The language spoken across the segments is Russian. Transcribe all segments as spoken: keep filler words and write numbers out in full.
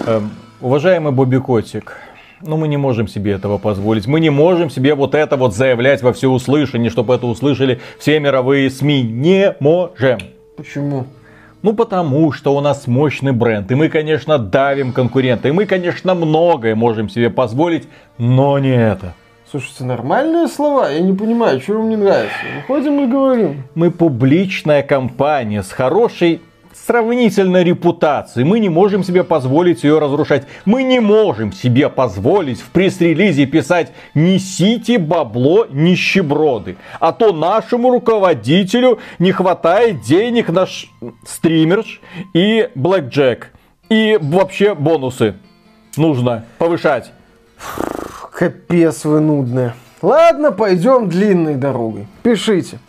Эм, уважаемый Бобби Котик, ну мы не можем себе этого позволить. Мы не можем себе вот это вот заявлять во всеуслышание, чтобы это услышали все мировые СМИ. Не можем. Почему? Ну потому что у нас мощный бренд. И мы, конечно, давим конкурента. И мы, конечно, многое можем себе позволить, но не это. Слушайте, нормальные слова, я не понимаю, что вам не нравится. Выходим и говорим. Мы публичная компания с хорошей сравнительной репутацией. Мы не можем себе позволить ее разрушать. Мы не можем себе позволить в пресс-релизе писать «несите бабло, нищеброды». А то нашему руководителю не хватает денег на ш... стримерш и блэкджек. И вообще бонусы нужно повышать. Капец вы нудные. Ладно, пойдем длинной дорогой. Пишите.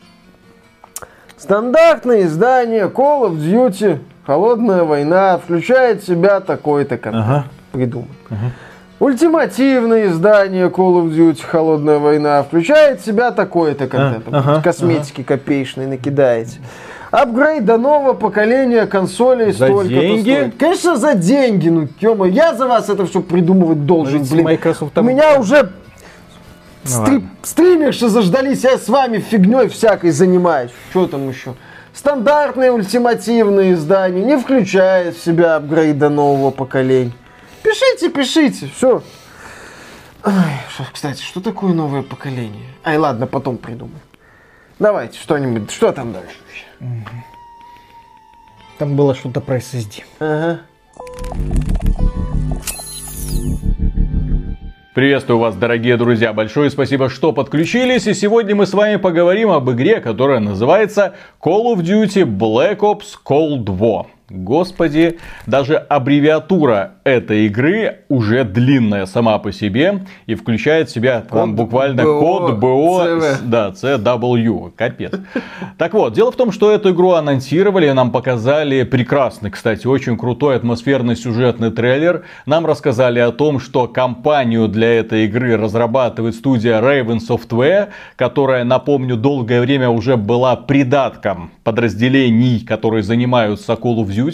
Стандартное издание Call of Duty Холодная война включает в себя такой-то контент. Ага. Придуман. Ага. Ультимативное издание Call of Duty Холодная война включает в себя такой-то контент. А, ага, косметики ага. копеечной накидаете. Апгрейд до нового поколения консолей за столько-то деньги? Стоит. Конечно, за деньги. Ну, ё-моё, я за вас это все придумывать должен, блин. Microsoft там... У меня уже ну, стри... стримерши заждались, я с вами фигней всякой занимаюсь. Что там еще? Стандартное ультимативное издание не включает в себя апгрейд до нового поколения. Пишите, пишите, все. Ой, кстати, что такое новое поколение? Ай, ладно, потом придумаю. Давайте что-нибудь. Что там дальше? Там было что-то про эс эс ди. Ага. Приветствую вас, дорогие друзья. Большое спасибо, что подключились. И сегодня мы с вами поговорим об игре, которая называется Call of Duty Black Ops Cold War. Господи, даже аббревиатура этой игры уже длинная сама по себе и включает в себя там, буквально БО, код БО, да, си дабл ю, капец. Так вот, дело в том, что эту игру анонсировали, нам показали прекрасный, кстати, очень крутой атмосферный сюжетный трейлер. Нам рассказали о том, что компанию для этой игры разрабатывает студия Raven Software, которая, напомню, долгое время уже была придатком подразделений, которые занимаются Call of Duty.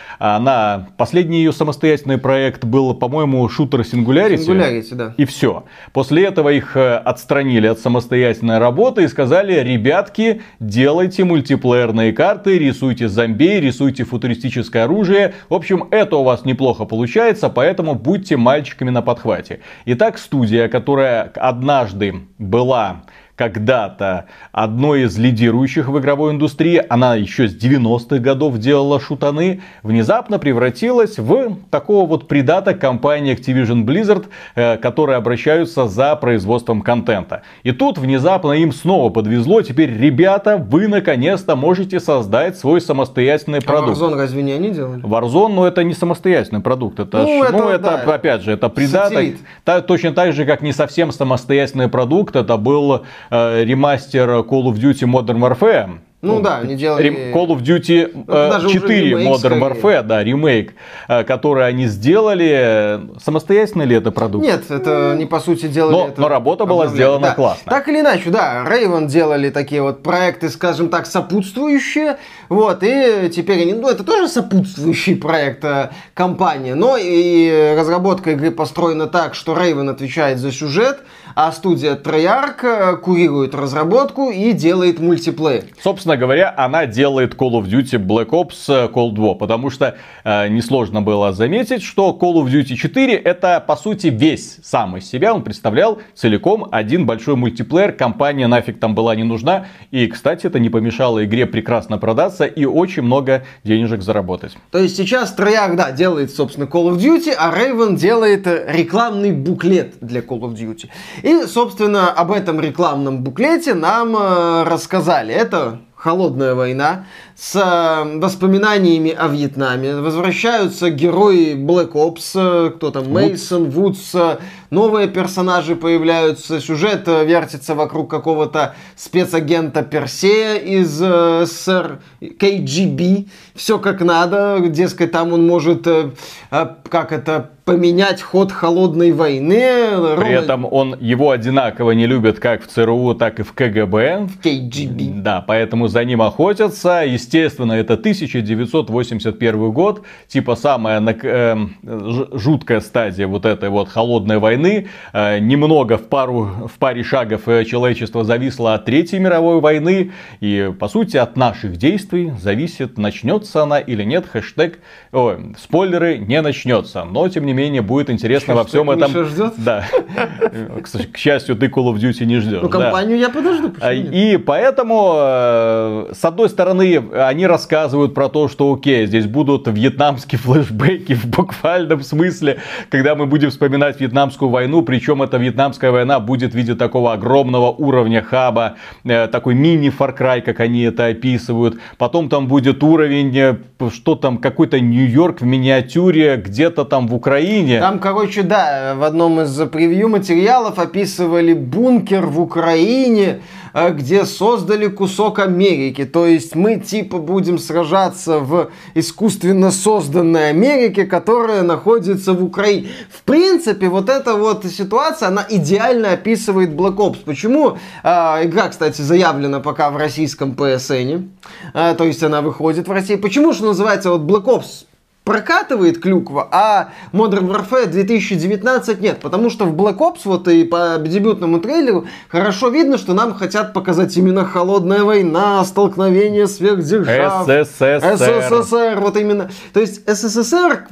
Она, последний ее самостоятельный проект был, по-моему, шутер Singularity. Singularity, да. И все. После этого их отстранили от самостоятельной работы и сказали: ребятки, делайте мультиплеерные карты, рисуйте зомби, рисуйте футуристическое оружие. В общем, это у вас неплохо получается, поэтому будьте мальчиками на подхвате. Итак, студия, которая однажды была когда-то одной из лидирующих в игровой индустрии, она еще с девяностых годов делала шутаны, внезапно превратилась в такого вот придаток компании Activision Blizzard, э, которые обращаются за производством контента. И тут внезапно им снова подвезло. Теперь, ребята, вы наконец-то можете создать свой самостоятельный продукт. А Warzone разве не они делали? Warzone, но это не самостоятельный продукт. Это, ну, ш... это, ну, это да. опять же, это придаток. Та, точно так же, как не совсем самостоятельный продукт, это был ремастер Call of Duty Modern Warfare. Ну, ну да, они делали... Call of Duty э, четыре Modern Warfare, да, ремейк, э, который они сделали. Самостоятельно ли это продукт? Нет, это не по сути делали. Но, это но работа была сделана да. классно. Так или иначе, да, Raven делали такие вот проекты, скажем так, сопутствующие. Вот, и теперь они, ну, это тоже сопутствующий проект э, компании, но и разработка игры построена так, что Raven отвечает за сюжет, а студия Treyarch курирует разработку и делает мультиплеер. Собственно говоря, она делает Call of Duty Black Ops Cold War, потому что э, несложно было заметить, что Call of Duty четыре это по сути весь сам из себя, он представлял целиком один большой мультиплеер, компания нафиг там была не нужна, и, кстати, это не помешало игре прекрасно продаться и очень много денежек заработать. То есть сейчас Treyarch, да, делает, собственно, Call of Duty, а Raven делает рекламный буклет для Call of Duty. И, собственно, об этом рекламном буклете нам э, рассказали. Это Холодная война с э, воспоминаниями о Вьетнаме. Возвращаются герои Black Ops, э, кто там, Мейсон, Вудс, э, новые персонажи появляются, сюжет э, вертится вокруг какого-то спецагента Персея из э, СССР, кей джи би, все как надо, дескать, там он может, э, э, как это, поменять ход холодной войны. При ровно... этом он его одинаково не любят как в ЦРУ, так и в КГБ. В кей джи би. Да, поэтому за ним охотятся. Естественно, Естественно, это тысяча девятьсот восемьдесят первый год, типа самая э, жуткая стадия вот этой вот холодной войны. Э, немного в, пару, в паре шагов человечество зависло от Третьей мировой войны. И, по сути, от наших действий зависит, начнется она или нет. Хэштег, о, спойлеры, не начнется. Но, тем не менее, будет интересно во всем этом. Миша ждет? Да. К счастью, ты Call of Duty не ждешь. Ну, компанию я подожду. И поэтому, с одной стороны, они рассказывают про то, что окей, здесь будут вьетнамские флешбеки в буквальном смысле, когда мы будем вспоминать Вьетнамскую войну, причем эта Вьетнамская война будет в виде такого огромного уровня хаба, такой мини-Far Cry, как они это описывают. Потом там будет уровень, что там, какой-то Нью-Йорк в миниатюре, где-то там в Украине. Там, короче, да, в одном из превью материалов описывали бункер в Украине, где создали кусок Америки. То есть мы типа будем сражаться в искусственно созданной Америке, которая находится в Украине. В принципе, вот эта вот ситуация, она идеально описывает Black Ops. Почему? А, игра, кстати, заявлена пока в российском пи эс эн. А, то есть она выходит в России. Почему же называется вот Black Ops? Прокатывает клюква, а Modern Warfare две тысячи девятнадцать нет. Потому что в Black Ops, вот и по дебютному трейлеру, хорошо видно, что нам хотят показать именно холодная война, столкновение сверхдержав. СССР. СССР, вот именно. То есть СССР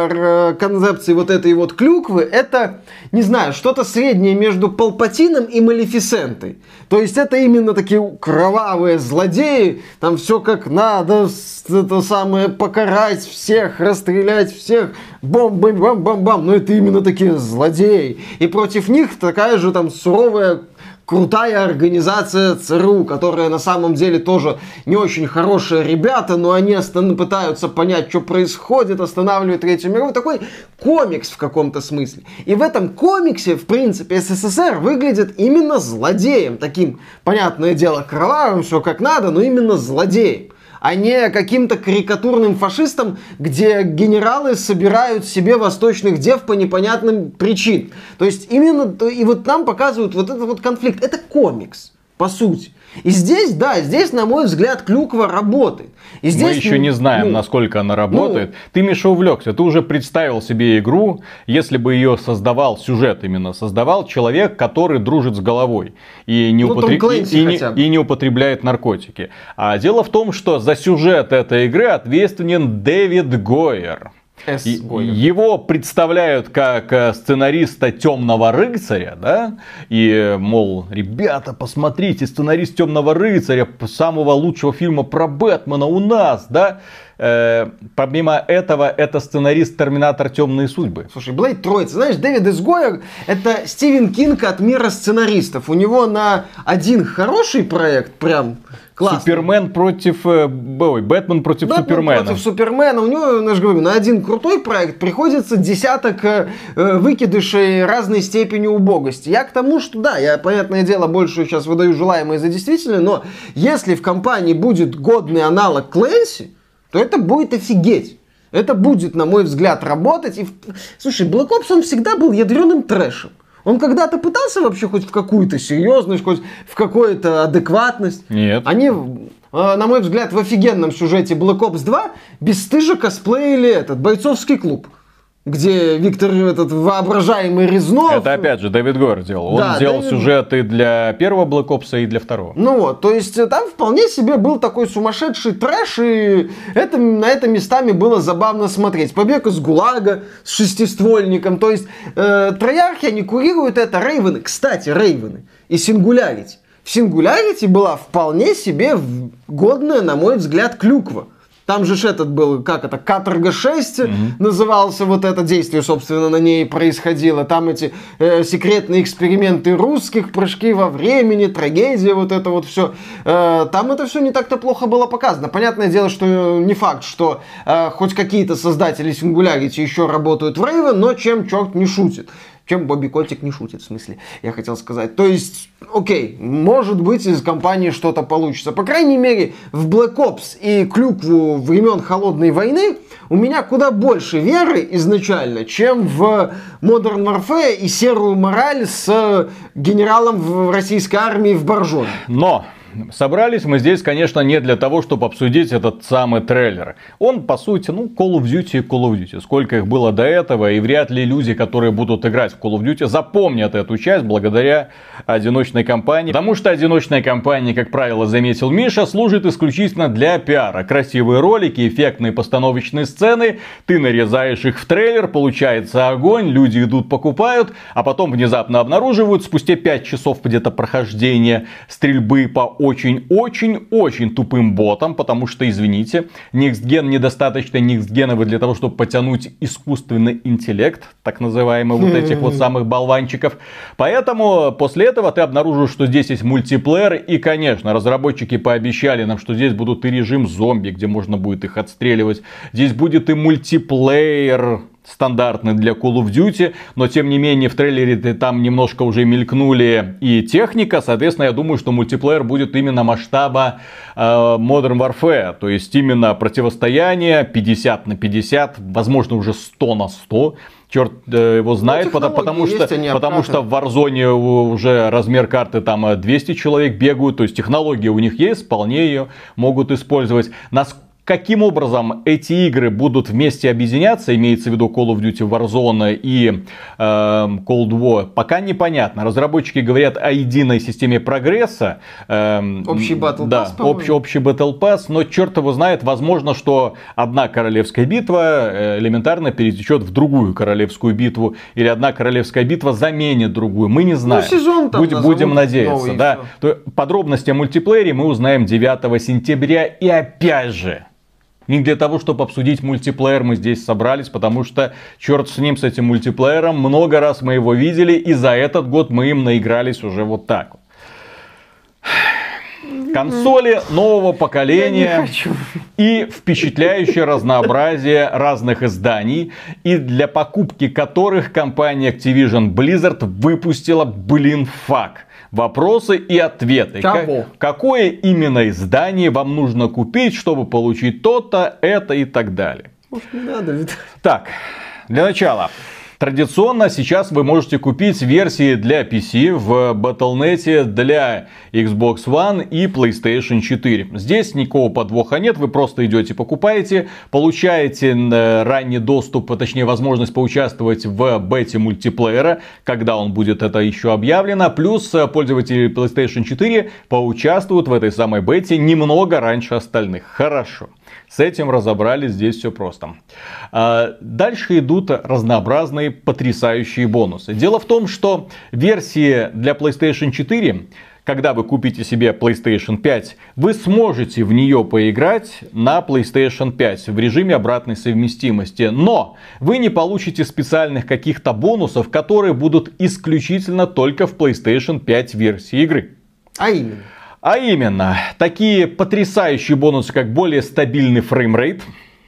в концепции вот этой вот клюквы, это, не знаю, что-то среднее между Палпатином и Малефисентой. То есть это именно такие кровавые злодеи, там все как надо, это самое, покарать всех, расстрелять всех, бом-бом-бом-бом-бом. Но это именно такие злодеи. И против них такая же там суровая, крутая организация ЦРУ, которая на самом деле тоже не очень хорошие ребята, но они остан- пытаются понять, что происходит, останавливают Третью мировую. Такой комикс в каком-то смысле. И в этом комиксе, в принципе, СССР выглядит именно злодеем. Таким, понятное дело, кровавым, все как надо, но именно злодеем. А не каким-то карикатурным фашистом, где генералы собирают себе восточных дев по непонятным причинам. То есть именно, и вот нам показывают вот этот вот конфликт. Это комикс, по сути. И здесь, да, здесь, на мой взгляд, клюква работает. И здесь, мы еще не знаем, ну, насколько она работает. Ну, ты, Миша, увлекся. Ты уже представил себе игру, если бы ее создавал, сюжет именно создавал человек, который дружит с головой и не, ну, употреб... и, и, не, и не употребляет наркотики. А дело в том, что за сюжет этой игры ответственен Дэвид Гойер. С. Его представляют как сценариста «Темного рыцаря», да, и, мол, ребята, посмотрите, сценарист «Темного рыцаря», самого лучшего фильма про Бэтмена у нас, да. Э, помимо этого, это сценарист «Терминатор. Темные судьбы». Слушай, Блейд Троица, знаешь, Дэвид С. Гойер — это Стивен Кинг от мира сценаристов. У него на один хороший проект прям классный. Супермен против... Ой, Бэтмен против Бэтмен Супермена. против Супермена. У него, я же говорю, на один крутой проект приходится десяток э, выкидышей разной степени убогости. Я к тому, что да, я, понятное дело, больше сейчас выдаю желаемое за действительное, но если в компании будет годный аналог Клэнси, то это будет офигеть. Это будет, на мой взгляд, работать. И, слушай, Black Ops, он всегда был ядреным трэшем. Он когда-то пытался вообще хоть в какую-то серьезность, хоть в какую-то адекватность? Нет. Они, на мой взгляд, в офигенном сюжете Black Ops два бесстыжо косплеили этот бойцовский клуб, где Виктор, этот воображаемый Резнов... Это опять же Дэвид Гойер делал. Да, Он делал Дэвид... сюжеты для первого Black Ops и для второго. Ну вот, то есть там вполне себе был такой сумасшедший трэш, и это, на это местами было забавно смотреть. Побег из ГУЛАГа с шестиствольником. То есть э, Троярхи, они курируют это. Рейвены, кстати, Рейвены и Сингулярити. В Сингулярити была вполне себе годная, на мой взгляд, клюква. Там же этот был, как это, Каторга шесть mm-hmm. назывался, вот это действие, собственно, на ней происходило. Там эти э, секретные эксперименты русских, прыжки во времени, трагедия, вот это вот все. Э, там это все не так-то плохо было показано. Понятное дело, что не факт, что э, хоть какие-то создатели Singularity еще работают в Raven, но чем черт не шутит. Чем Бобби Котик не шутит, в смысле, я хотел сказать. То есть, окей, может быть, из компании что-то получится. По крайней мере, в Black Ops и клюкву времен Холодной войны у меня куда больше веры изначально, чем в Modern Warfare и серую мораль с генералом в российской армии в Боржоме. Но... собрались мы здесь, конечно, не для того, чтобы обсудить этот самый трейлер. Он, по сути, ну, Call of Duty и Call of Duty. Сколько их было до этого, и вряд ли люди, которые будут играть в Call of Duty, запомнят эту часть благодаря одиночной кампании. Потому что одиночная кампания, как правило, заметил Миша, служит исключительно для пиара. Красивые ролики, эффектные постановочные сцены, ты нарезаешь их в трейлер, получается огонь, люди идут, покупают, а потом внезапно обнаруживают, спустя пять часов где-то прохождения стрельбы по очень-очень-очень тупым ботам, потому что, извините, Next-Gen недостаточно Next-Geновый для того, чтобы потянуть искусственный интеллект, так называемый, вот этих вот самых болванчиков. Поэтому после этого ты обнаружишь, что здесь есть мультиплеер, и, конечно, разработчики пообещали нам, что здесь будут и режим зомби, где можно будет их отстреливать, здесь будет и мультиплеер стандартный для Call of Duty, но тем не менее в трейлере там немножко уже мелькнули и техника, соответственно, я думаю, что мультиплеер будет именно масштаба э, Modern Warfare, то есть именно противостояние пятьдесят на пятьдесят, возможно уже сто на сто. Черт его знает, ну, потому, потому, что, потому что в Warzone уже размер карты там двести человек бегают, то есть технология у них есть, вполне ее могут использовать. Нас Каким образом эти игры будут вместе объединяться, имеется в виду Call of Duty Warzone и э, Cold War, пока непонятно. Разработчики говорят о единой системе прогресса. Э, общий Battle да, Pass, общий, общий Battle Pass, но черт его знает, возможно, что одна королевская битва элементарно перетечет в другую королевскую битву, или одна королевская битва заменит другую. Мы не знаем. Ну, сезон там Будь, будем надеяться. Да. То... Подробности о мультиплеере мы узнаем девятого сентября. И опять же, не для того, чтобы обсудить мультиплеер мы здесь собрались, потому что черт с ним, с этим мультиплеером. Много раз мы его видели, и за этот год мы им наигрались уже вот так вот. Консоли нового поколения и впечатляющее разнообразие разных изданий, и для покупки которых компания Activision Blizzard выпустила, блин, фак. Вопросы и ответы. Как, какое именно издание вам нужно купить, чтобы получить то-то, это и так далее. Может, не надо, ведь... Так, для начала. Традиционно сейчас вы можете купить версии для пи си в батл точка нет для Xbox One и PlayStation четыре. Здесь никакого подвоха нет, вы просто идете, покупаете, получаете ранний доступ, точнее возможность поучаствовать в бете мультиплеера, когда он будет, это еще объявлено. Плюс пользователи PlayStation четыре поучаствуют в этой самой бете немного раньше остальных. Хорошо. С этим разобрались, здесь все просто. Дальше идут разнообразные потрясающие бонусы. Дело в том, что версии для PlayStation четыре, когда вы купите себе PlayStation пять, вы сможете в нее поиграть на PlayStation пять в режиме обратной совместимости. Но вы не получите специальных каких-то бонусов, которые будут исключительно только в PlayStation пять версии игры. А именно? А именно, такие потрясающие бонусы, как более стабильный фреймрейт,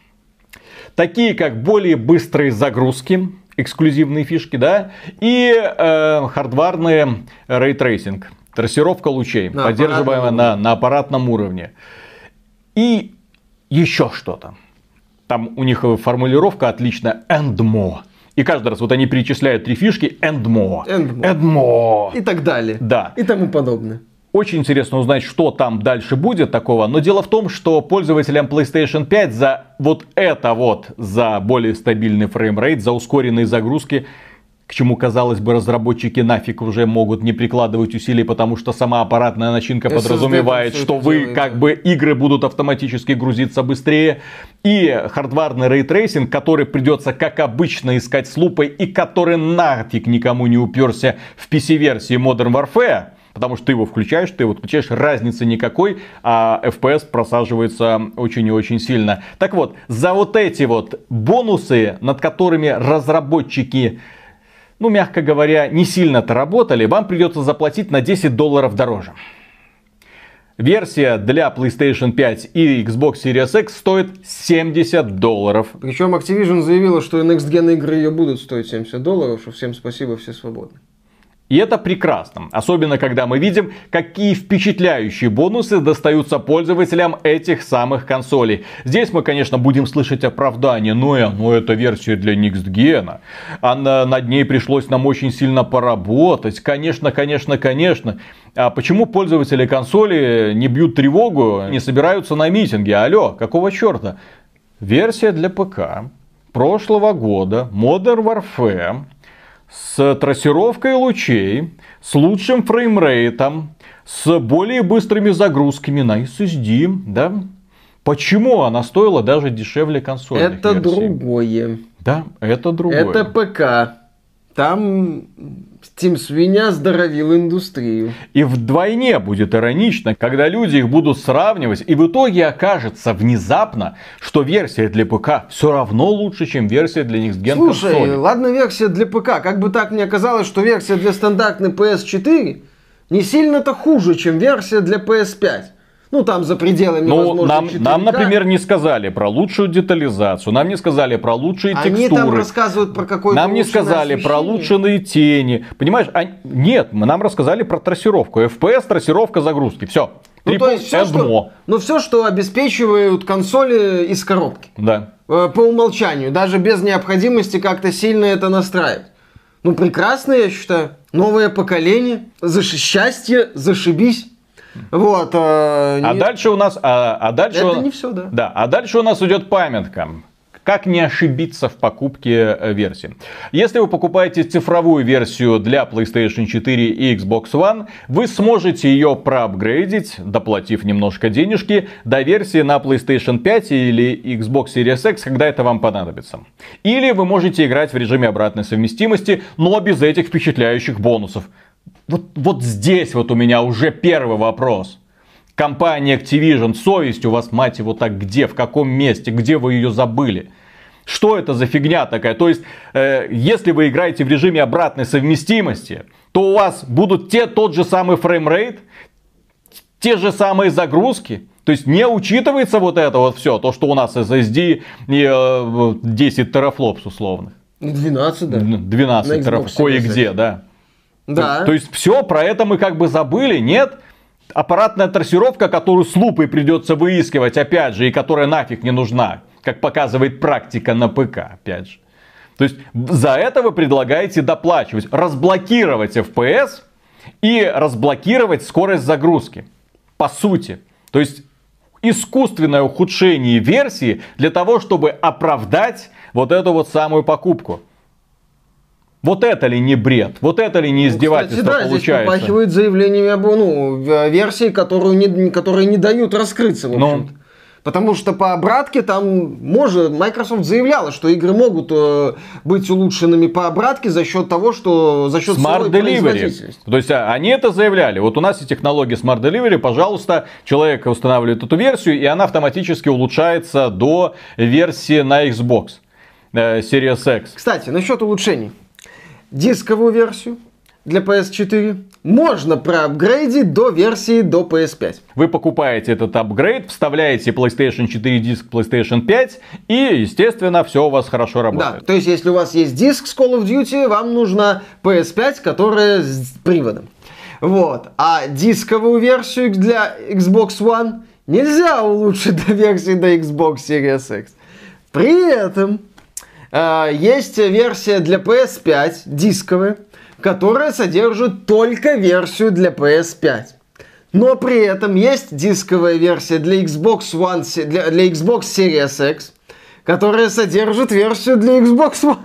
такие как более быстрые загрузки, эксклюзивные фишки, да, и э, хардварный рейтрейсинг, трассировка лучей, на поддерживаемая на, на аппаратном уровне. И еще что-то. Там у них формулировка отличная, and more. И каждый раз вот они перечисляют три фишки, and more, and more, and more. И так далее. Да. И тому подобное. Очень интересно узнать, что там дальше будет такого. Но дело в том, что пользователям PlayStation пять за вот это вот, за более стабильный фреймрейт, за ускоренные загрузки, к чему, казалось бы, разработчики нафиг уже могут не прикладывать усилий, потому что сама аппаратная начинка эс эс ди подразумевает, что вы делает, как да. бы игры будут автоматически грузиться быстрее. И хардварный рейтрейсинг, который придется, как обычно, искать с лупой, и который нафиг никому не уперся в пи си-версии Modern Warfare. Потому что ты его включаешь, ты его включаешь, разницы никакой, а эф пи эс просаживается очень и очень сильно. Так вот, за вот эти вот бонусы, над которыми разработчики, ну, мягко говоря, не сильно-то работали, вам придется заплатить на десять долларов дороже. Версия для PlayStation пять и Xbox Series X стоит семьдесят долларов. Причем Activision заявила, что и Next Gen игры ее будут стоить семьдесят долларов, что всем спасибо, все свободны. И это прекрасно. Особенно, когда мы видим, какие впечатляющие бонусы достаются пользователям этих самых консолей. Здесь мы, конечно, будем слышать оправдание. Ну, ну это версия для Next Gen. А на, над ней пришлось нам очень сильно поработать. Конечно, конечно, конечно. А почему пользователи консоли не бьют тревогу, не собираются на митинги? Алло, какого черта? Версия для ПК прошлого года Modern Warfare с трассировкой лучей, с лучшим фреймрейтом, с более быстрыми загрузками на эс эс ди, да? Почему она стоила даже дешевле консольных Это версий? другое. Да, это другое. Это ПК. Там Тим Свинья оздоровил индустрию. И вдвойне будет иронично, когда люди их будут сравнивать, и в итоге окажется внезапно, что версия для ПК все равно лучше, чем версия для Next Gen Слушай, консолей. ладно, версия для ПК. Как бы так ни оказалось, что версия для стандартной пи эс четыре не сильно-то хуже, чем версия для пи эс пять. Ну, там за пределами Ну, возможно нам, четыре ка. нам, например, не сказали про лучшую детализацию, нам не сказали про лучшие Они текстуры. там рассказывают про какое-то Нам не улучшенное сказали про освещение. улучшенные тени. Понимаешь, а, нет, мы нам рассказали про трассировку. эф пи эс, трассировка загрузки. Все. Ну, то есть все, что, ну, все, что обеспечивают консоли из коробки. Да. Э, По умолчанию. Даже без необходимости как-то сильно это настраивать. Ну, прекрасно, я считаю. Новое поколение. Заш... Счастье, зашибись. Вот. э, А не- дальше у нас... А, а дальше Это у- не все, да. Да, а дальше у нас идет памятка. Как не ошибиться в покупке э, версии. Если вы покупаете цифровую версию для PlayStation четыре и Xbox One, вы сможете ее проапгрейдить, доплатив немножко денежки, до версии на PlayStation пять или Xbox Series X, когда это вам понадобится. Или вы можете играть в режиме обратной совместимости, но без этих впечатляющих бонусов. Вот, вот здесь вот у меня уже первый вопрос. Компания Activision, совесть у вас, мать его, так где, в каком месте, где вы ее забыли? Что это за фигня такая? То есть, э, если вы играете в режиме обратной совместимости, то у вас будут те, тот же самый фреймрейт, те же самые загрузки. То есть, не учитывается вот это вот все, то, что у нас эс эс ди и э, десять терафлопс условно. двенадцать, да. двенадцать На Xbox терафлопс, Series кое-где, X. да. Да. То, то есть, все про это мы как бы забыли, нет? Аппаратная трассировка, которую с лупой придется выискивать, опять же, и которая нафиг не нужна, как показывает практика на ПК, опять же. То есть, за это вы предлагаете доплачивать, разблокировать эф пи эс и разблокировать скорость загрузки. По сути. То есть, искусственное ухудшение версии для того, чтобы оправдать вот эту вот самую покупку. Вот это ли не бред? Вот это ли не издевательство, ну, кстати, да, получается? Здесь попахивает заявлениями об ну, в- версии, которую не, которые не дают раскрыться, в Ну. общем-то. Потому что по обратке там может, Microsoft заявляла, что игры могут э, быть улучшенными по обратке за счет того, что за счет Smart сырой Delivery. производительности. То есть а, они это заявляли. Вот у нас есть технология Smart Delivery. Пожалуйста, человек устанавливает эту версию, и она автоматически улучшается до версии на Xbox э, Series X. Кстати, насчет улучшений. Дисковую версию для пи эс четыре можно проапгрейдить до версии до пи эс пять. Вы покупаете этот апгрейд, вставляете PlayStation четыре диск PlayStation пять, и, естественно, все у вас хорошо Да, работает. то есть если у вас есть диск с Call of Duty, вам нужна пи эс пять, которая с приводом. Вот. А дисковую версию для Xbox One нельзя улучшить до версии до Xbox Series X. При этом э, есть версия для пи эс пять дисковая, которая содержит только версию для пи эс пять. Но при этом есть дисковая версия для Xbox One, се- для, для Xbox Series X, которая содержит версию для Xbox One.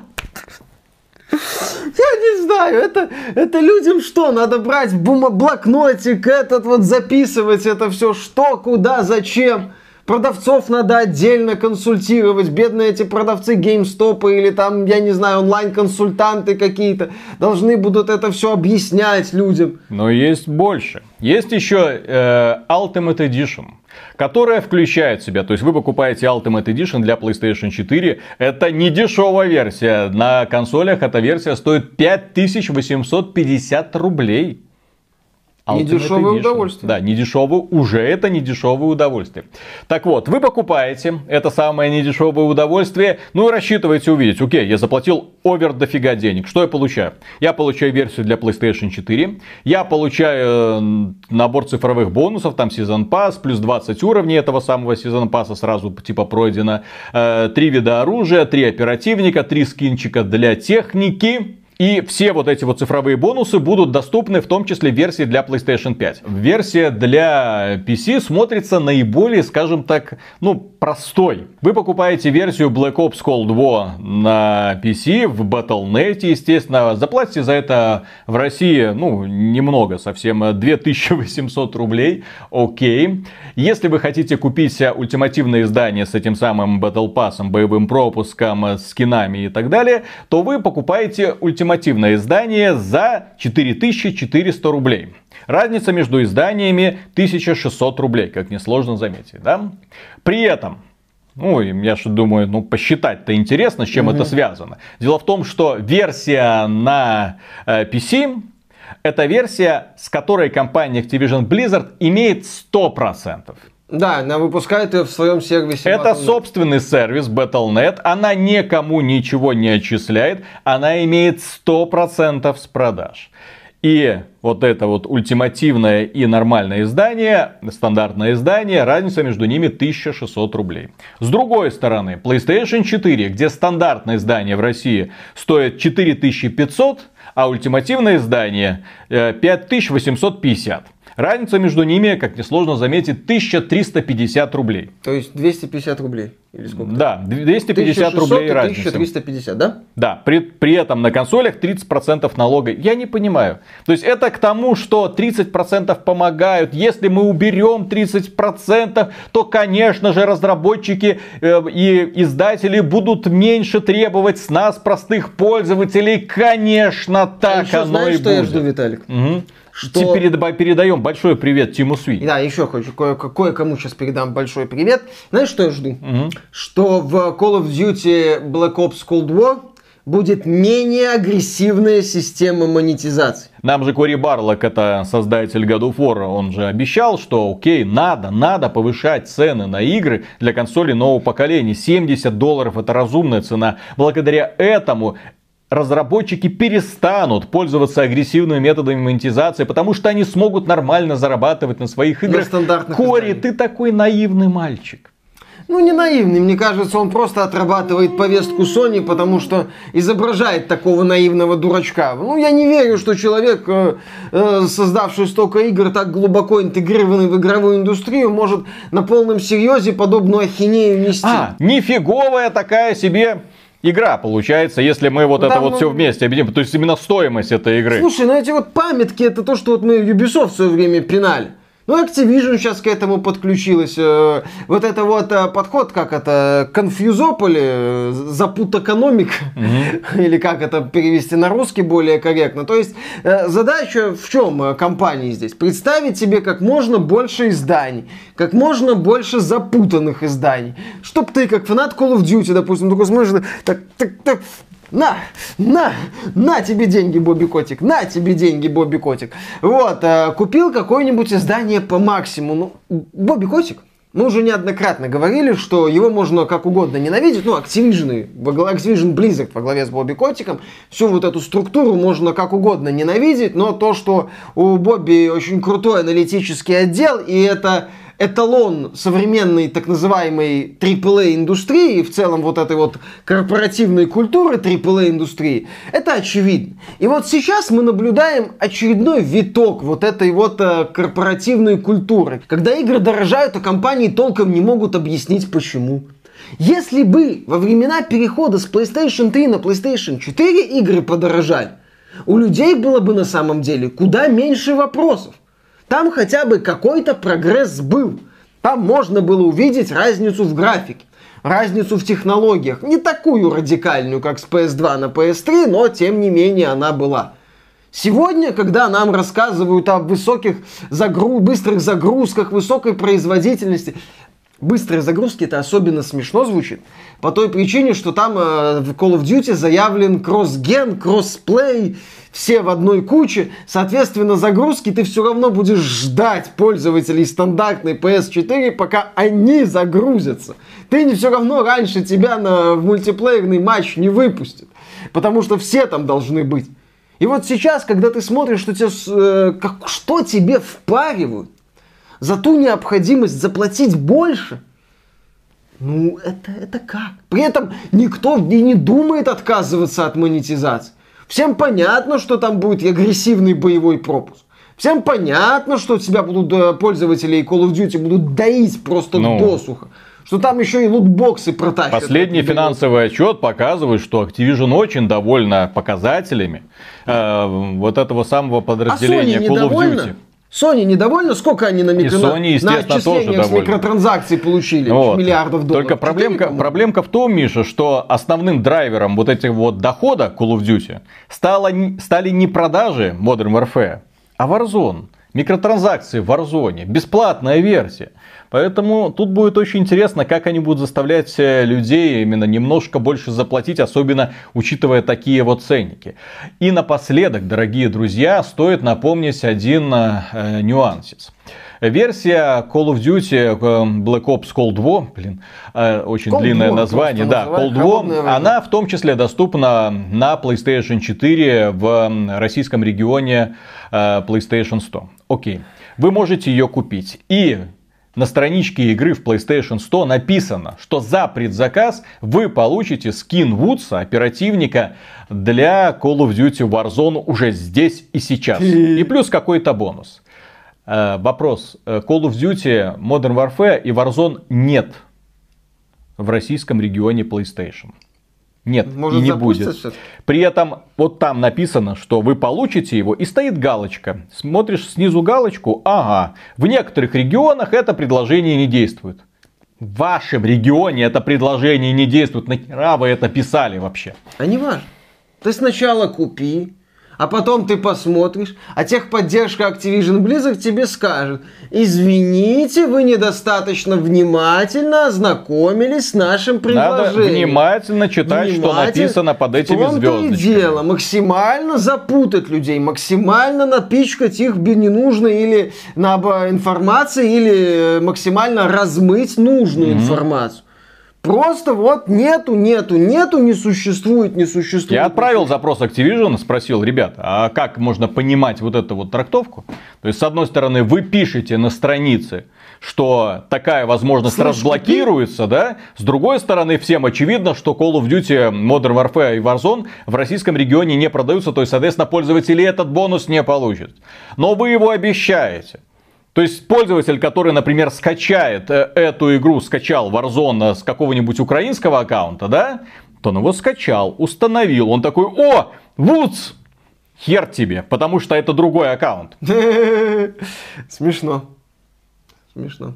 Я не знаю, это, это людям что, надо брать бума- блокнотик, этот вот записывать это все, что, куда, зачем. Продавцов надо отдельно консультировать. Бедные эти продавцы GameStop или там, я не знаю, онлайн-консультанты какие-то должны будут это все объяснять людям. Но есть больше. Есть еще э, Ultimate Edition, которая включает в себя, то есть вы покупаете Ultimate Edition для PlayStation четыре. Это не дешевая версия. На консолях эта версия стоит пять тысяч восемьсот пятьдесят рублей. Ultimate Недешевое Edition. удовольствие. Да, недешевое, уже это недешевое удовольствие. Так вот, вы покупаете это самое недешевое удовольствие, ну и рассчитываете увидеть, окей, я заплатил овер дофига денег, что я получаю? Я получаю версию для PlayStation четыре, я получаю э, набор цифровых бонусов, там Season Pass, плюс двадцать уровней этого самого Season Pass сразу типа пройдено, э, три вида оружия, три оперативника, три скинчика для техники. И все вот эти вот цифровые бонусы будут доступны в том числе в версии для PlayStation пять. Версия для пи си смотрится наиболее, скажем так, ну, простой. Вы покупаете версию Black Ops Cold War на пи си в батл точка нет, естественно. Заплатите за это в России, ну, немного совсем, две тысячи восемьсот рублей. Окей. Если вы хотите купить ультимативное издание с этим самым Battle Pass, боевым пропуском, скинами и так далее, то вы покупаете ультимативное издание за четыре тысячи четыреста рублей. Разница между изданиями тысяча шестьсот рублей, как несложно заметить, да? При этом, ну, я же думаю, ну, посчитать-то интересно, с чем угу. это связано. Дело в том, что версия на э, пи си это версия, с которой компания Activision Blizzard имеет сто процентов. Да, она выпускает ее в своем сервисе. Это собственный сервис батл точка нет. Она никому ничего не отчисляет. Она имеет сто процентов с продаж. И вот это вот ультимативное и нормальное издание, стандартное издание, разница между ними тысяча шестьсот рублей. С другой стороны, PlayStation четыре, где стандартное издание в России стоит четыре тысячи пятьсот, а ультимативное издание пять тысяч восемьсот пятьдесят. Разница между ними, как несложно заметить, тысяча триста пятьдесят рублей. То есть двести пятьдесят рублей? Или сколько? Да, двести пятьдесят рублей разница. тысяча триста пятьдесят, да? Да, при, при этом на консолях тридцать процентов налога. Я не понимаю. То есть это к тому, что тридцать процентов помогают. Если мы уберем тридцать процентов, то, конечно же, разработчики э, и издатели будут меньше требовать с нас, простых пользователей. Конечно, так а еще оно знаешь, и что будет. я жду, Виталик? Угу. Что... Перед... Передаем большой привет Тиму Сви. Да, еще хочу кое- кое-кому сейчас передам большой привет. Знаешь, что я жду? Угу. Что в Call of Duty Black Ops Cold War будет менее агрессивная система монетизации. Нам же Кори Барлок, это создатель God of War, он же обещал, что окей, надо, надо повышать цены на игры для консолей нового поколения. семьдесят долларов это разумная цена. Благодаря этому разработчики перестанут пользоваться агрессивными методами монетизации, потому что они смогут нормально зарабатывать на своих играх. Кори, изданий. Ты такой наивный мальчик. Ну, не наивный, мне кажется, он просто отрабатывает повестку Sony, потому что изображает такого наивного дурачка. Ну, я не верю, что человек, создавший столько игр, так глубоко интегрированный в игровую индустрию, может на полном серьезе подобную ахинею нести. А, нифиговая такая себе... игра получается, если мы вот ну, это вот ну... все вместе объединим. То есть именно стоимость этой игры. Слушай, ну эти вот памятки, это то, что вот мы Ubisoft в свое время пинали. Ну, Activision сейчас к этому подключилась. Вот это вот подход, как это, конфьюзополи, запутэкономик, mm-hmm. или как это перевести на русский более корректно. То есть задача в чем компании здесь? Представить себе как можно больше изданий, как можно больше запутанных изданий. Чтоб ты, как фанат Call of Duty, допустим, такой смотришь, так, так, так, на, на, на тебе деньги, Бобби Котик, на тебе деньги, Бобби Котик. Вот, э, купил какое-нибудь издание по максимуму. Ну, Бобби Котик, мы уже неоднократно говорили, что его можно как угодно ненавидеть. Ну, Activision, Activision Blizzard во главе с Бобби Котиком, всю вот эту структуру можно как угодно ненавидеть, но то, что у Бобби очень крутой аналитический отдел, и это... эталон современной так называемой трипл эй индустрии, в целом вот этой вот корпоративной культуры трипл эй индустрии, это очевидно. И вот сейчас мы наблюдаем очередной виток вот этой вот э, корпоративной культуры, когда игры дорожают, а компании толком не могут объяснить почему. Если бы во времена перехода с PlayStation три на PlayStation четыре игры подорожали, у людей было бы на самом деле куда меньше вопросов. Там хотя бы какой-то прогресс был. Там можно было увидеть разницу в графике, разницу в технологиях. Не такую радикальную, как с пи эс два на пи эс три, но тем не менее она была. Сегодня, когда нам рассказывают о высоких загруз... быстрых загрузках, высокой производительности, быстрые загрузки это особенно смешно звучит. По той причине, что там э, в Call of Duty заявлен кросс-ген, кроссплей, все в одной куче. Соответственно, загрузки ты все равно будешь ждать пользователей стандартной пи эс четыре, пока они загрузятся. Ты не все равно раньше тебя на, в мультиплеерный матч не выпустят. Потому что все там должны быть. И вот сейчас, когда ты смотришь, что, тебе, э, как, что тебе впаривают, за ту необходимость заплатить больше, ну, это, это как? При этом никто и не думает отказываться от монетизации. Всем понятно, что там будет агрессивный боевой пропуск. Всем понятно, что тебя будут пользователи Call of Duty будут доить просто ну, досуха. Что там еще и лутбоксы протащат. Последний финансовый отчет показывает, что Activision очень довольна показателями э, вот этого самого подразделения а Sony Call of Duty. Sony недовольна? Сколько они на, микро... Sony, на отчислениях с микротранзакций получили? Вот. Миллиардов долларов. Только проблемка, проблемка в том, Миша, что основным драйвером вот этих вот дохода Call of Duty стало, стали не продажи Modern Warfare, а Warzone. Микротранзакции в Warzone. Бесплатная версия. Поэтому тут будет очень интересно, как они будут заставлять людей именно немножко больше заплатить, особенно учитывая такие вот ценники. И напоследок, дорогие друзья, стоит напомнить один э, нюансец. Версия Call of Duty Black Ops Cold War, блин, э, очень Cold длинное War, название, да, Cold War, она в том числе доступна на PlayStation четыре в российском регионе э, PlayStation Store. Окей, вы можете ее купить. И на страничке игры в PlayStation Store написано, что за предзаказ вы получите скин Вудса, оперативника, для Call of Duty Warzone уже здесь и сейчас. И плюс какой-то бонус. Вопрос. Call of Duty Modern Warfare и Warzone нет в российском регионе PlayStation. Нет, может, и не будет. При этом вот там написано, что вы получите его, и стоит галочка. Смотришь снизу галочку, ага, в некоторых регионах это предложение не действует. В вашем регионе это предложение не действует. Нахера вы это писали вообще? А не важно. Ты сначала купи, а потом ты посмотришь, а техподдержка Activision Blizzard тебе скажет: извините, вы недостаточно внимательно ознакомились с нашим предложением. Надо внимательно читать, что написано под этими звездочками. В том-то и дело. Максимально запутать людей, максимально напичкать их ненужной или информацией, или максимально размыть нужную mm-hmm. информацию. Просто вот нету, нету, нету, не существует, не существует. Я отправил запрос Activision, спросил: ребята, а как можно понимать вот эту вот трактовку? То есть, с одной стороны, вы пишете на странице, что такая возможность Слушай, разблокируется, ты... да? С другой стороны, всем очевидно, что Call of Duty Modern Warfare и Warzone в российском регионе не продаются, то есть, соответственно, пользователи этот бонус не получат. Но вы его обещаете. То есть пользователь, который, например, скачает эту игру, скачал Warzone с какого-нибудь украинского аккаунта, да, то он его скачал, установил, он такой: о, Вудс, хер тебе, потому что это другой аккаунт. Смешно. Смешно.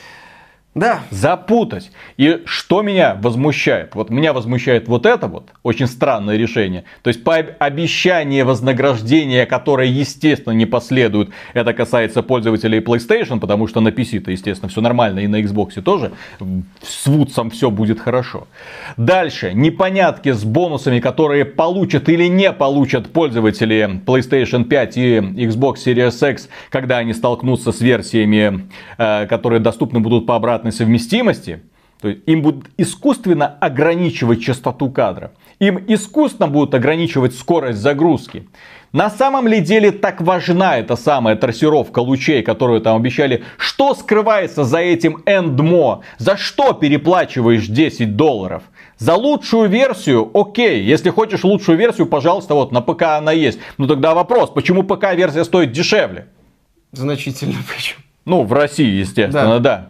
Да. Запутать. И что меня возмущает? Вот меня возмущает вот это вот очень странное решение. То есть по обещанию вознаграждения, которое, естественно, не последует, это касается пользователей PlayStation, потому что на пи си-то, естественно, все нормально, и на Xbox тоже с Вудсом все будет хорошо. Дальше. Непонятки с бонусами, которые получат или не получат пользователи PlayStation пять и Xbox Series X, когда они столкнутся с версиями, которые доступны будут по обратной совместимости. То есть им будут искусственно ограничивать частоту кадра. Им искусственно будут ограничивать скорость загрузки. На самом ли деле так важна эта самая трассировка лучей, которую там обещали? Что скрывается за этим эндмо? За что переплачиваешь десять долларов? За лучшую версию? Окей. Если хочешь лучшую версию, пожалуйста, вот на ПК она есть. Ну тогда вопрос, почему ПК-версия стоит дешевле? Значительно причем. Ну, в России, естественно, да. да.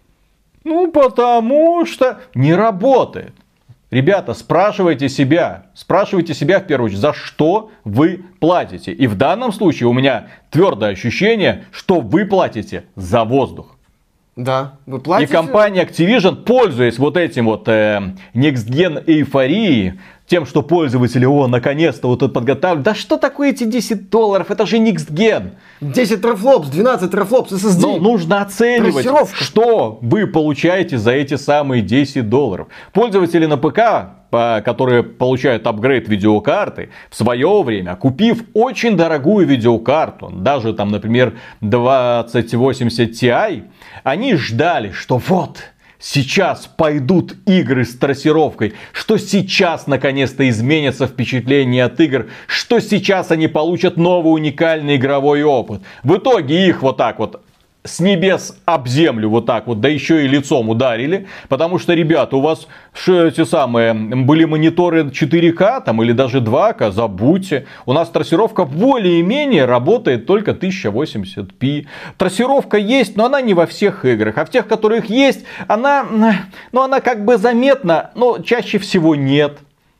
Ну, потому что не работает. Ребята, спрашивайте себя, спрашивайте себя в первую очередь, за что вы платите. И в данном случае у меня твердое ощущение, что вы платите за воздух. Да, вы платите. И компания Activision, пользуясь вот этим вот э, next-gen эйфорией, тем, что пользователи, о, наконец-то вот тут подготавливают. Да что такое эти десять долларов? Это же next-gen. десять трафлопс, двенадцать трафлопс, эс эс ди. Но нужно оценивать, что вы получаете за эти самые десять долларов. Пользователи на ПК, которые получают апгрейд видеокарты, в свое время, купив очень дорогую видеокарту, даже там, например, двадцать восемьдесят Ти, они ждали, что вот... сейчас пойдут игры с трассировкой, что сейчас наконец-то изменится впечатление от игр, что сейчас они получат новый уникальный игровой опыт. В итоге их вот так вот с небес об землю вот так вот, да еще и лицом ударили. Потому что, ребята, у вас ш, эти самые, были мониторы четыре ка там, или даже два ка, забудьте. У нас трассировка более-менее работает только тысяча восемьдесят пи. Трассировка есть, но она не во всех играх. А в тех, которых есть, она, ну, она как бы заметна, но чаще всего нет.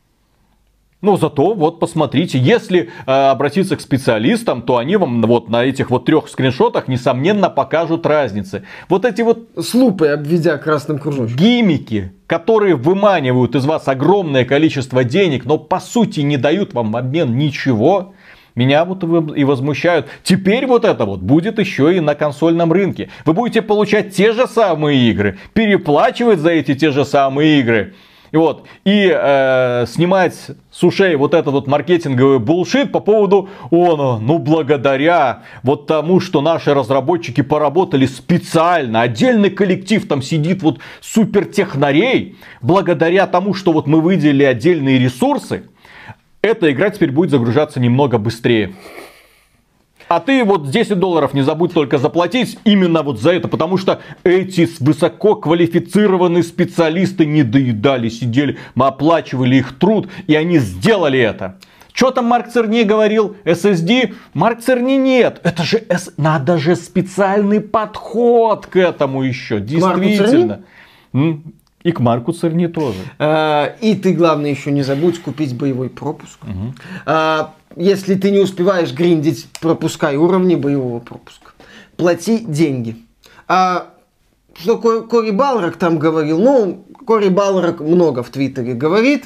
Но зато, вот посмотрите, если э, обратиться к специалистам, то они вам вот на этих вот трех скриншотах, несомненно, покажут разницы. Вот эти вот с лупой обведя красным кружочком. Гиммики, которые выманивают из вас огромное количество денег, но по сути не дают вам в обмен ничего, меня вот и возмущают. Теперь вот это вот будет еще и на консольном рынке. Вы будете получать те же самые игры, переплачивать за эти те же самые игры. И вот, и э, снимать с ушей вот этот вот маркетинговый булшит по поводу, о, ну благодаря вот тому, что наши разработчики поработали специально, отдельный коллектив там сидит вот супертехнарей, благодаря тому, что вот мы выделили отдельные ресурсы, эта игра теперь будет загружаться немного быстрее. А ты вот десять долларов не забудь только заплатить именно вот за это, потому что эти высококвалифицированные специалисты не доедали, сидели, мы оплачивали их труд, и они сделали это. Что там Марк Церни говорил? эс эс ди? Марк Церни нет. Это же, S... надо же специальный подход к этому еще. Действительно. И к Марку Церни тоже. А, и ты, главное, еще не забудь купить боевой пропуск. Угу. А, если ты не успеваешь гриндить, пропускай уровни боевого пропуска. Плати деньги. А что Кори Балрак там говорил? Ну, Кори Балрак много в Твиттере говорит,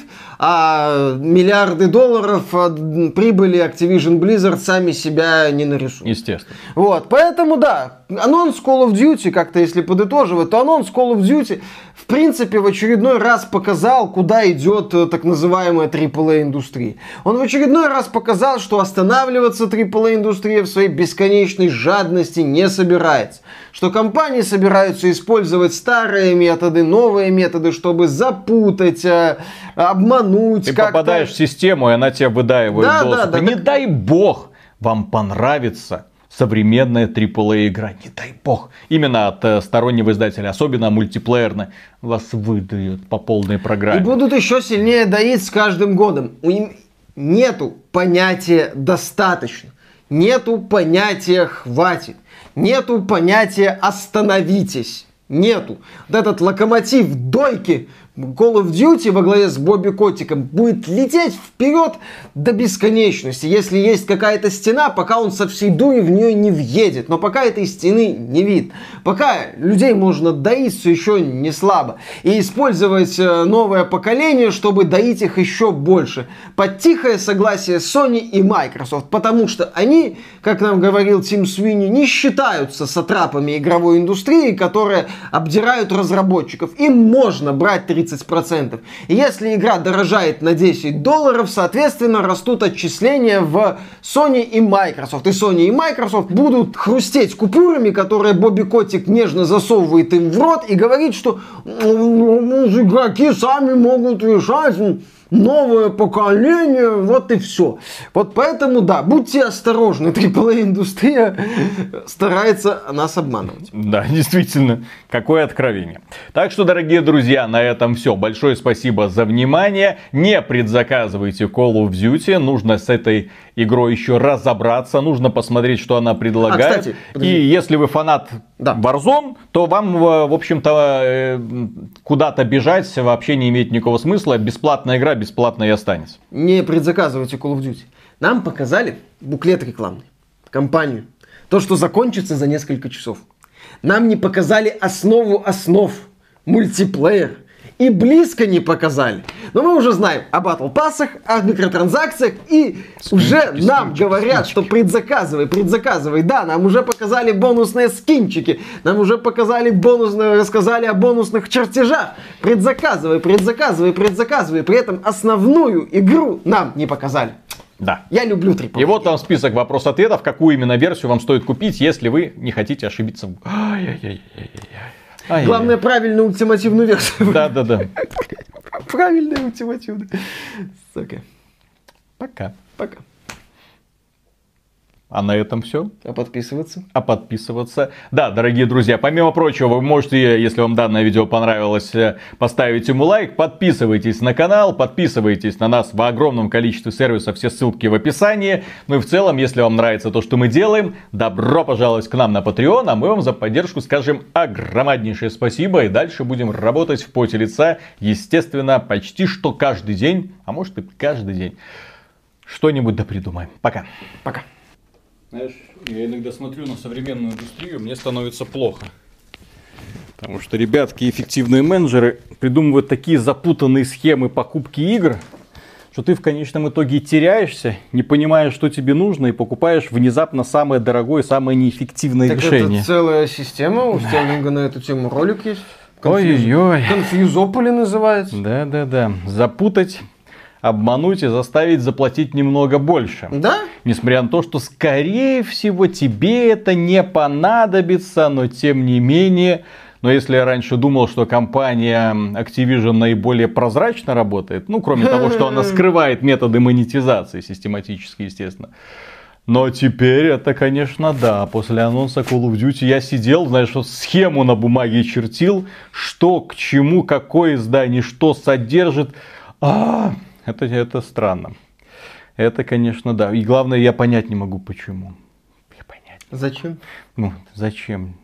а миллиарды долларов от прибыли Activision Blizzard сами себя не нарисуют. Естественно. Вот, поэтому да, анонс Call of Duty, как-то если подытоживать, то анонс Call of Duty в принципе в очередной раз показал, куда идет так называемая трипл эй индустрия. Он в очередной раз показал, что останавливаться трипл эй индустрия в своей бесконечной жадности не собирается. Что компании собираются использовать старые методы, новые методы, чтобы запутать, обмануть. Ты попадаешь в систему, и она тебя выдаивает да, доступ. Да, да, и не так... дай бог вам понравится современная трипл эй игра. Не дай бог. Именно от э, стороннего издателя, особенно мультиплеерная, вас выдают по полной программе. И будут еще сильнее доить с каждым годом. У них нету понятия «достаточно». Нету понятия «хватит». Нету понятия «остановитесь». Нету. Вот этот локомотив дойки Call of Duty во главе с Бобби Котиком будет лететь вперед до бесконечности. Если есть какая-то стена, пока он со всей дури в нее не въедет. Но пока этой стены не видно. Пока людей можно доить все еще не слабо. И использовать новое поколение, чтобы доить их еще больше. Под тихое согласие Sony и Microsoft. Потому что они, как нам говорил Тим Свини, не считаются сатрапами игровой индустрии, которые обдирают разработчиков. Им можно брать тридцать процентов. И если игра дорожает на десять долларов, соответственно, растут отчисления в Sony и Microsoft. И Sony и Microsoft будут хрустеть купюрами, которые Бобби Котик нежно засовывает им в рот и говорит, что игроки сами могут решать, новое поколение, вот и все. Вот поэтому, да, будьте осторожны, трипл эй индустрия старается нас обманывать. Да, действительно, какое откровение. Так что, дорогие друзья, на этом все. Большое спасибо за внимание. Не предзаказывайте Call of Duty, нужно с этой игрой еще разобраться, нужно посмотреть, что она предлагает. А, кстати, и если вы фанат да. Warzone, то вам, в общем-то, куда-то бежать вообще не имеет никакого смысла. Бесплатная игра бесплатно и останется. Не предзаказывайте Call of Duty. Нам показали буклет рекламный, кампанию. То, что закончится за несколько часов. Нам не показали основу основ, мультиплеер. И близко не показали. Но мы уже знаем о батл пассах, о микротранзакциях. И скинчики, уже нам скинчики, говорят, скинчики. Что предзаказывай, предзаказывай. Да, нам уже показали бонусные скинчики. Нам уже показали бонусные, рассказали о бонусных чертежах. Предзаказывай, предзаказывай, предзаказывай. При этом основную игру нам не показали. Да. Я люблю трипл эй. И вот там список вопрос-ответов, какую именно версию вам стоит купить, если вы не хотите ошибиться. Ай-яй-яй-яй-яй. А, главное, правильную ультимативную версию. Да, да, да. Правильная ультимативная. Сука. Пока. Пока. А на этом все. А подписываться? А подписываться. Да, дорогие друзья, помимо прочего, вы можете, если вам данное видео понравилось, поставить ему лайк. Подписывайтесь на канал, подписывайтесь на нас в огромном количестве сервисов. Все ссылки в описании. Ну и в целом, если вам нравится то, что мы делаем, добро пожаловать к нам на Patreon. А мы вам за поддержку скажем огромнейшее спасибо. И дальше будем работать в поте лица. Естественно, почти что каждый день. А может и каждый день. Что-нибудь да придумаем. Пока. Пока. Знаешь, я иногда смотрю на современную индустрию, мне становится плохо. Потому что ребятки, эффективные менеджеры придумывают такие запутанные схемы покупки игр, что ты в конечном итоге теряешься, не понимаешь, что тебе нужно, и покупаешь внезапно самое дорогое, самое неэффективное так решение. Это целая система, у Стерлинга на эту тему ролик есть. Ой-ой-ой. Конфьюзополи называется. Да-да-да. Запутать, обмануть и заставить заплатить немного больше. Да? Несмотря на то, что, скорее всего, тебе это не понадобится, но тем не менее... Но если я раньше думал, что компания Activision наиболее прозрачно работает, ну, кроме того, что она скрывает методы монетизации систематически, естественно. Но теперь это, конечно, да. После анонса Call of Duty я сидел, знаешь, вот схему на бумаге чертил, что к чему, какое издание, что содержит. А, это, это странно. Это, конечно, да. И главное, я понять не могу, почему. Я понять. Зачем? Ну, зачем?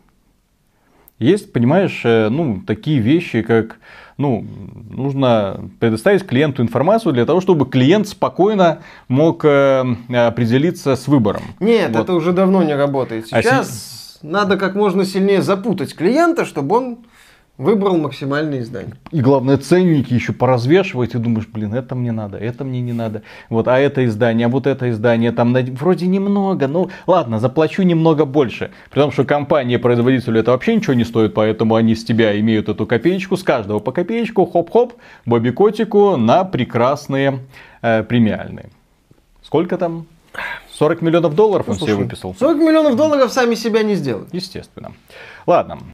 Есть, понимаешь, ну, такие вещи, как, ну, нужно предоставить клиенту информацию для того, чтобы клиент спокойно мог э, определиться с выбором. Нет, вот. Это уже давно не работает. Сейчас а надо как можно сильнее запутать клиента, чтобы он выбрал максимальное издание. И главное, ценники еще поразвешивать, и думаешь, блин, это мне надо, это мне не надо. Вот, а это издание, а вот это издание, там вроде немного, ну ладно, заплачу немного больше. При том, что компании-производители это вообще ничего не стоит, поэтому они с тебя имеют эту копеечку, с каждого по копеечку, хоп-хоп, Бобби-котику на прекрасные э, премиальные. Сколько там? сорок миллионов долларов он себе выписал? сорок миллионов долларов сами себя не сделают. Естественно. Ладно.